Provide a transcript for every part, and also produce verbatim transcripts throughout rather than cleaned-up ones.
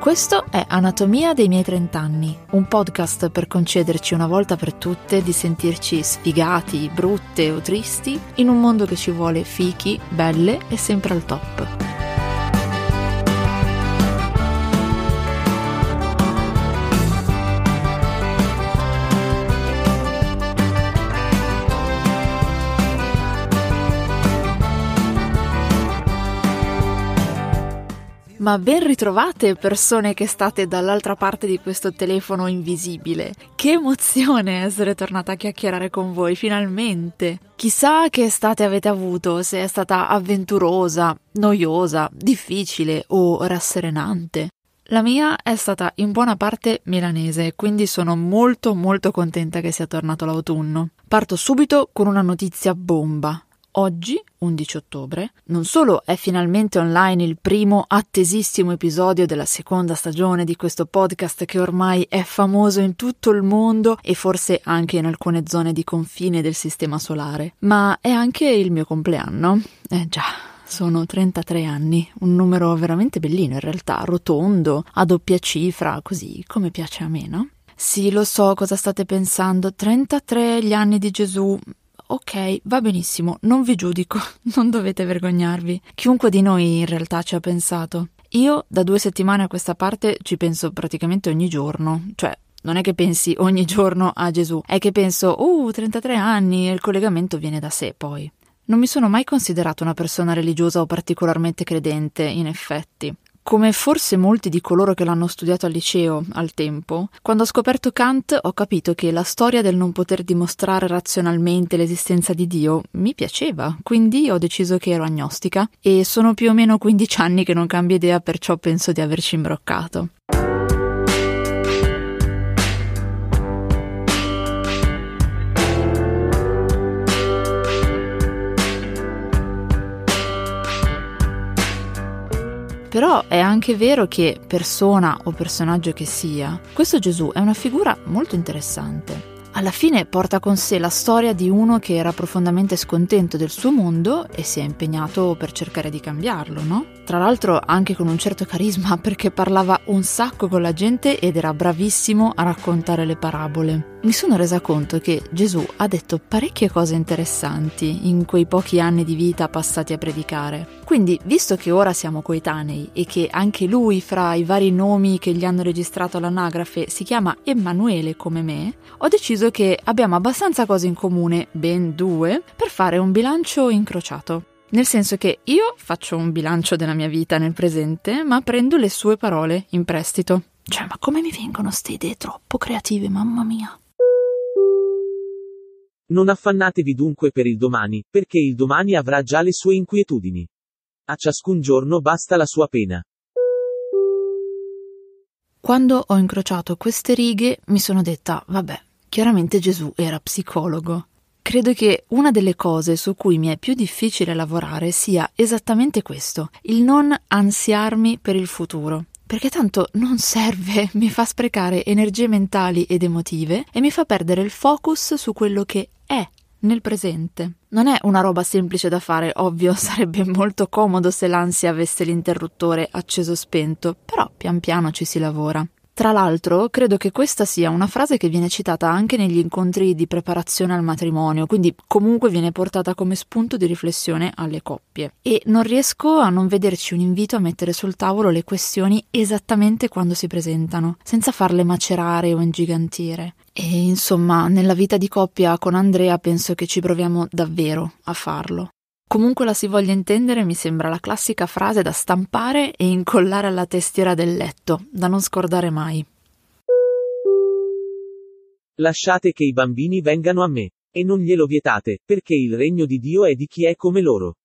Questo è Anatomia dei miei trent'anni, un podcast per concederci una volta per tutte di sentirci sfigati, brutte o tristi in un mondo che ci vuole fichi, belle e sempre al top. Ma ben ritrovate persone che state dall'altra parte di questo telefono invisibile. Che emozione essere tornata a chiacchierare con voi, finalmente! Chissà che estate avete avuto, se è stata avventurosa, noiosa, difficile o rasserenante. La mia è stata in buona parte milanese, quindi sono molto molto contenta che sia tornato l'autunno. Parto subito con una notizia bomba. Oggi, undici ottobre, non solo è finalmente online il primo attesissimo episodio della seconda stagione di questo podcast che ormai è famoso in tutto il mondo e forse anche in alcune zone di confine del sistema solare, ma è anche il mio compleanno. Eh già, sono trentatré anni, un numero veramente bellino in realtà, rotondo, a doppia cifra, così come piace a me, no? Sì, lo so cosa state pensando, trentatré gli anni di Gesù. Ok, va benissimo, non vi giudico, non dovete vergognarvi. Chiunque di noi in realtà ci ha pensato. Io da due settimane a questa parte ci penso praticamente ogni giorno, cioè non è che pensi ogni giorno a Gesù, è che penso, uh, trentatré anni e il collegamento viene da sé poi. Non mi sono mai considerata una persona religiosa o particolarmente credente, in effetti. Come forse molti di coloro che l'hanno studiato al liceo al tempo, quando ho scoperto Kant ho capito che la storia del non poter dimostrare razionalmente l'esistenza di Dio mi piaceva, quindi ho deciso che ero agnostica e sono più o meno quindici anni che non cambio idea, perciò penso di averci imbroccato. Però è anche vero che, persona o personaggio che sia, questo Gesù è una figura molto interessante. Alla fine porta con sé la storia di uno che era profondamente scontento del suo mondo e si è impegnato per cercare di cambiarlo, no? Tra l'altro anche con un certo carisma, perché parlava un sacco con la gente ed era bravissimo a raccontare le parabole. Mi sono resa conto che Gesù ha detto parecchie cose interessanti in quei pochi anni di vita passati a predicare. Quindi, visto che ora siamo coetanei e che anche lui, fra i vari nomi che gli hanno registrato all'anagrafe, si chiama Emanuele come me, ho deciso che abbiamo abbastanza cose in comune, ben due, per fare un bilancio incrociato. Nel senso che io faccio un bilancio della mia vita nel presente, ma prendo le sue parole in prestito. Cioè, ma come mi vengono ste idee troppo creative, mamma mia! Non affannatevi dunque per il domani, perché il domani avrà già le sue inquietudini. A ciascun giorno basta la sua pena. Quando ho incrociato queste righe mi sono detta, vabbè, chiaramente Gesù era psicologo. Credo che una delle cose su cui mi è più difficile lavorare sia esattamente questo, il non ansiarmi per il futuro. Perché tanto non serve, mi fa sprecare energie mentali ed emotive e mi fa perdere il focus su quello che è nel presente. Non è una roba semplice da fare, ovvio, sarebbe molto comodo se l'ansia avesse l'interruttore acceso spento, però pian piano ci si lavora. Tra l'altro, credo che questa sia una frase che viene citata anche negli incontri di preparazione al matrimonio, quindi comunque viene portata come spunto di riflessione alle coppie. E non riesco a non vederci un invito a mettere sul tavolo le questioni esattamente quando si presentano, senza farle macerare o ingigantire. E insomma, nella vita di coppia con Andrea penso che ci proviamo davvero a farlo. Comunque la si voglia intendere, mi sembra la classica frase da stampare e incollare alla tastiera del letto, da non scordare mai. Lasciate che i bambini vengano a me, e non glielo vietate, perché il regno di Dio è di chi è come loro.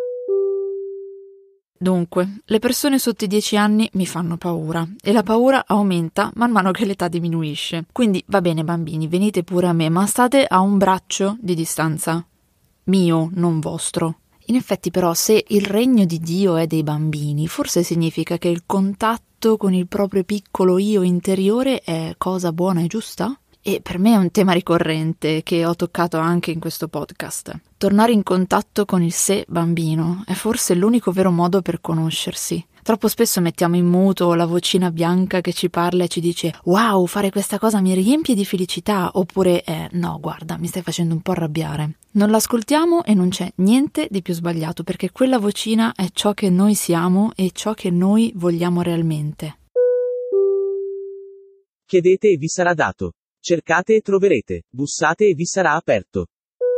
Dunque, le persone sotto i dieci anni mi fanno paura, e la paura aumenta man mano che l'età diminuisce. Quindi va bene bambini, venite pure a me, ma state a un braccio di distanza. Mio, non vostro. In effetti però, se il regno di Dio è dei bambini, forse significa che il contatto con il proprio piccolo io interiore è cosa buona e giusta? E per me è un tema ricorrente che ho toccato anche in questo podcast. Tornare in contatto con il sé bambino è forse l'unico vero modo per conoscersi. Troppo spesso mettiamo in muto la vocina bianca che ci parla e ci dice «Wow, fare questa cosa mi riempie di felicità», oppure eh, «No, guarda, mi stai facendo un po' arrabbiare». Non l'ascoltiamo e non c'è niente di più sbagliato, perché quella vocina è ciò che noi siamo e ciò che noi vogliamo realmente. Chiedete e vi sarà dato. Cercate e troverete. Bussate e vi sarà aperto.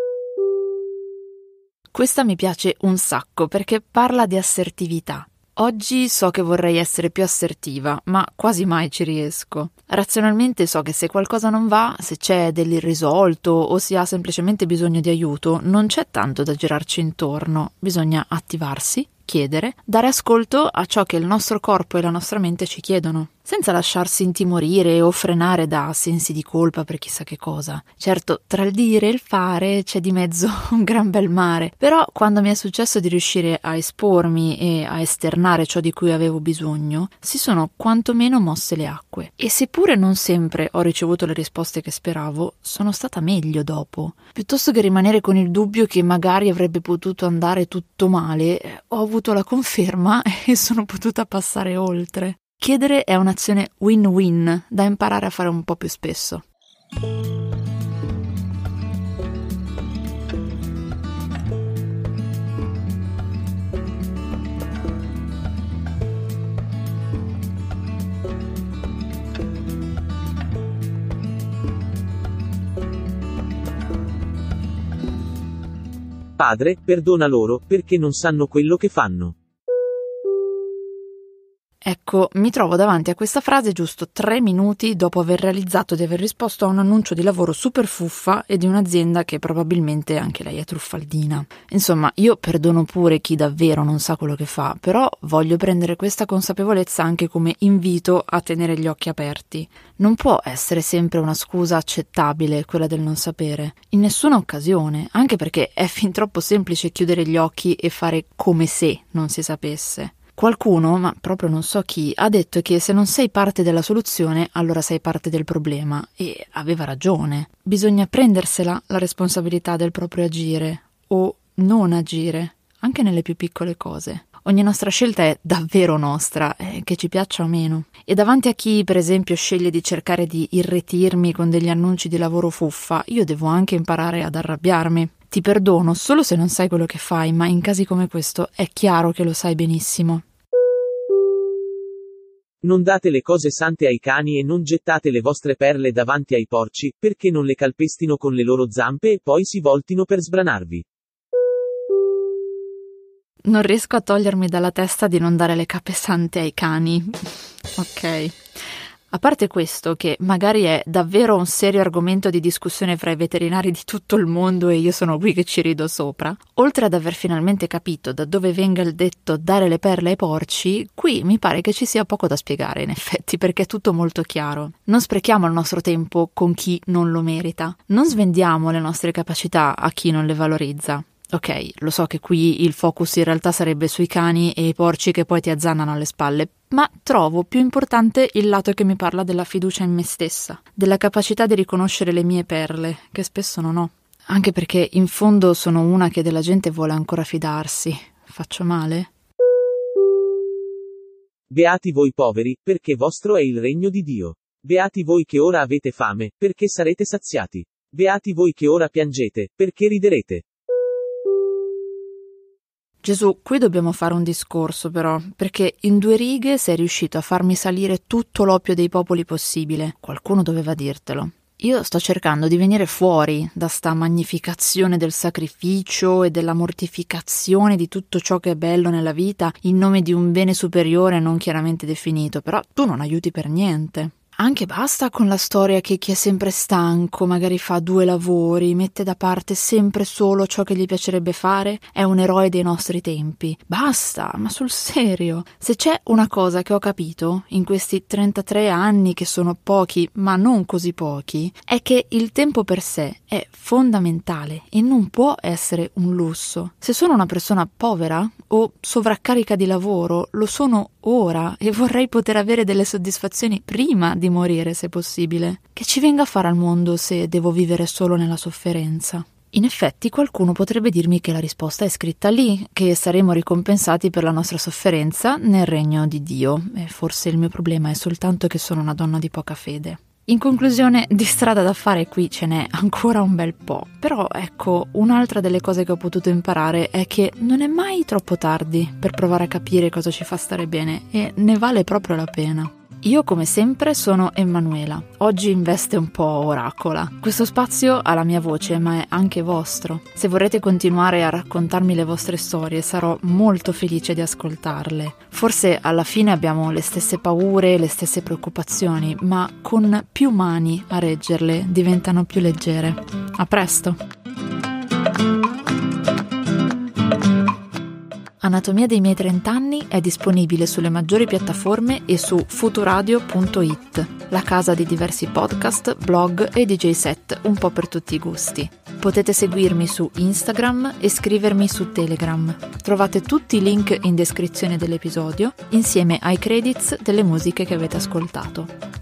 Questa mi piace un sacco perché parla di assertività. Oggi so che vorrei essere più assertiva, ma quasi mai ci riesco. Razionalmente so che se qualcosa non va, se c'è dell'irrisolto o si ha semplicemente bisogno di aiuto, non c'è tanto da girarci intorno. Bisogna attivarsi, chiedere, dare ascolto a ciò che il nostro corpo e la nostra mente ci chiedono, senza lasciarsi intimorire o frenare da sensi di colpa per chissà che cosa. Certo, tra il dire e il fare c'è di mezzo un gran bel mare, però quando mi è successo di riuscire a espormi e a esternare ciò di cui avevo bisogno, si sono quantomeno mosse le acque. E seppure non sempre ho ricevuto le risposte che speravo, sono stata meglio dopo. Piuttosto che rimanere con il dubbio che magari avrebbe potuto andare tutto male, ho avuto la conferma e sono potuta passare oltre. Chiedere è un'azione win-win da imparare a fare un po' più spesso. Padre, perdona loro, perché non sanno quello che fanno. Ecco, mi trovo davanti a questa frase giusto tre minuti dopo aver realizzato di aver risposto a un annuncio di lavoro super fuffa e di un'azienda che probabilmente anche lei è truffaldina. Insomma, io perdono pure chi davvero non sa quello che fa, però voglio prendere questa consapevolezza anche come invito a tenere gli occhi aperti. Non può essere sempre una scusa accettabile quella del non sapere, in nessuna occasione, anche perché è fin troppo semplice chiudere gli occhi e fare come se non si sapesse. Qualcuno, ma proprio non so chi, ha detto che se non sei parte della soluzione, allora sei parte del problema. E aveva ragione. Bisogna prendersela la responsabilità del proprio agire, o non agire, anche nelle più piccole cose. Ogni nostra scelta è davvero nostra, eh, che ci piaccia o meno. E davanti a chi, per esempio, sceglie di cercare di irretirmi con degli annunci di lavoro fuffa, io devo anche imparare ad arrabbiarmi. Ti perdono solo se non sai quello che fai, ma in casi come questo è chiaro che lo sai benissimo. Non date le cose sante ai cani e non gettate le vostre perle davanti ai porci, perché non le calpestino con le loro zampe e poi si voltino per sbranarvi. Non riesco a togliermi dalla testa di non dare le cape sante ai cani. Ok. A parte questo, che magari è davvero un serio argomento di discussione fra i veterinari di tutto il mondo e io sono qui che ci rido sopra, oltre ad aver finalmente capito da dove venga il detto dare le perle ai porci, qui mi pare che ci sia poco da spiegare in effetti, perché è tutto molto chiaro. Non sprechiamo il nostro tempo con chi non lo merita, non svendiamo le nostre capacità a chi non le valorizza. Ok, lo so che qui il focus in realtà sarebbe sui cani e i porci che poi ti azzannano alle spalle, ma trovo più importante il lato che mi parla della fiducia in me stessa, della capacità di riconoscere le mie perle, che spesso non ho. Anche perché in fondo sono una che della gente vuole ancora fidarsi. Faccio male? Beati voi poveri, perché vostro è il regno di Dio. Beati voi che ora avete fame, perché sarete saziati. Beati voi che ora piangete, perché riderete. Gesù, qui dobbiamo fare un discorso però, perché in due righe sei riuscito a farmi salire tutto l'oppio dei popoli possibile. Qualcuno doveva dirtelo. Io sto cercando di venire fuori da sta magnificazione del sacrificio e della mortificazione di tutto ciò che è bello nella vita in nome di un bene superiore non chiaramente definito, però tu non aiuti per niente. Anche basta con la storia che chi è sempre stanco, magari fa due lavori, mette da parte sempre solo ciò che gli piacerebbe fare, è un eroe dei nostri tempi. Basta, ma sul serio. Se c'è una cosa che ho capito in questi trentatré anni, che sono pochi, ma non così pochi, è che il tempo per sé è fondamentale e non può essere un lusso. Se sono una persona povera o sovraccarica di lavoro, lo sono ora e vorrei poter avere delle soddisfazioni prima di morire, se possibile. Che ci venga a fare al mondo se devo vivere solo nella sofferenza? In effetti qualcuno potrebbe dirmi che la risposta è scritta lì, che saremo ricompensati per la nostra sofferenza nel regno di Dio, e forse il mio problema è soltanto che sono una donna di poca fede. In conclusione, di strada da fare qui ce n'è ancora un bel po', però ecco, un'altra delle cose che ho potuto imparare è che non è mai troppo tardi per provare a capire cosa ci fa stare bene e ne vale proprio la pena. Io come sempre sono Emanuela, oggi in veste un po' oracola. Questo spazio ha la mia voce, ma è anche vostro. Se vorrete continuare a raccontarmi le vostre storie, sarò molto felice di ascoltarle. Forse alla fine abbiamo le stesse paure, le stesse preoccupazioni, ma con più mani a reggerle diventano più leggere. A presto! Anatomia dei miei trent'anni è disponibile sulle maggiori piattaforme e su futuradio punto it, la casa di diversi podcast, blog e D J set un po' per tutti i gusti. Potete seguirmi su Instagram e scrivermi su Telegram. Trovate tutti i link in descrizione dell'episodio, insieme ai credits delle musiche che avete ascoltato.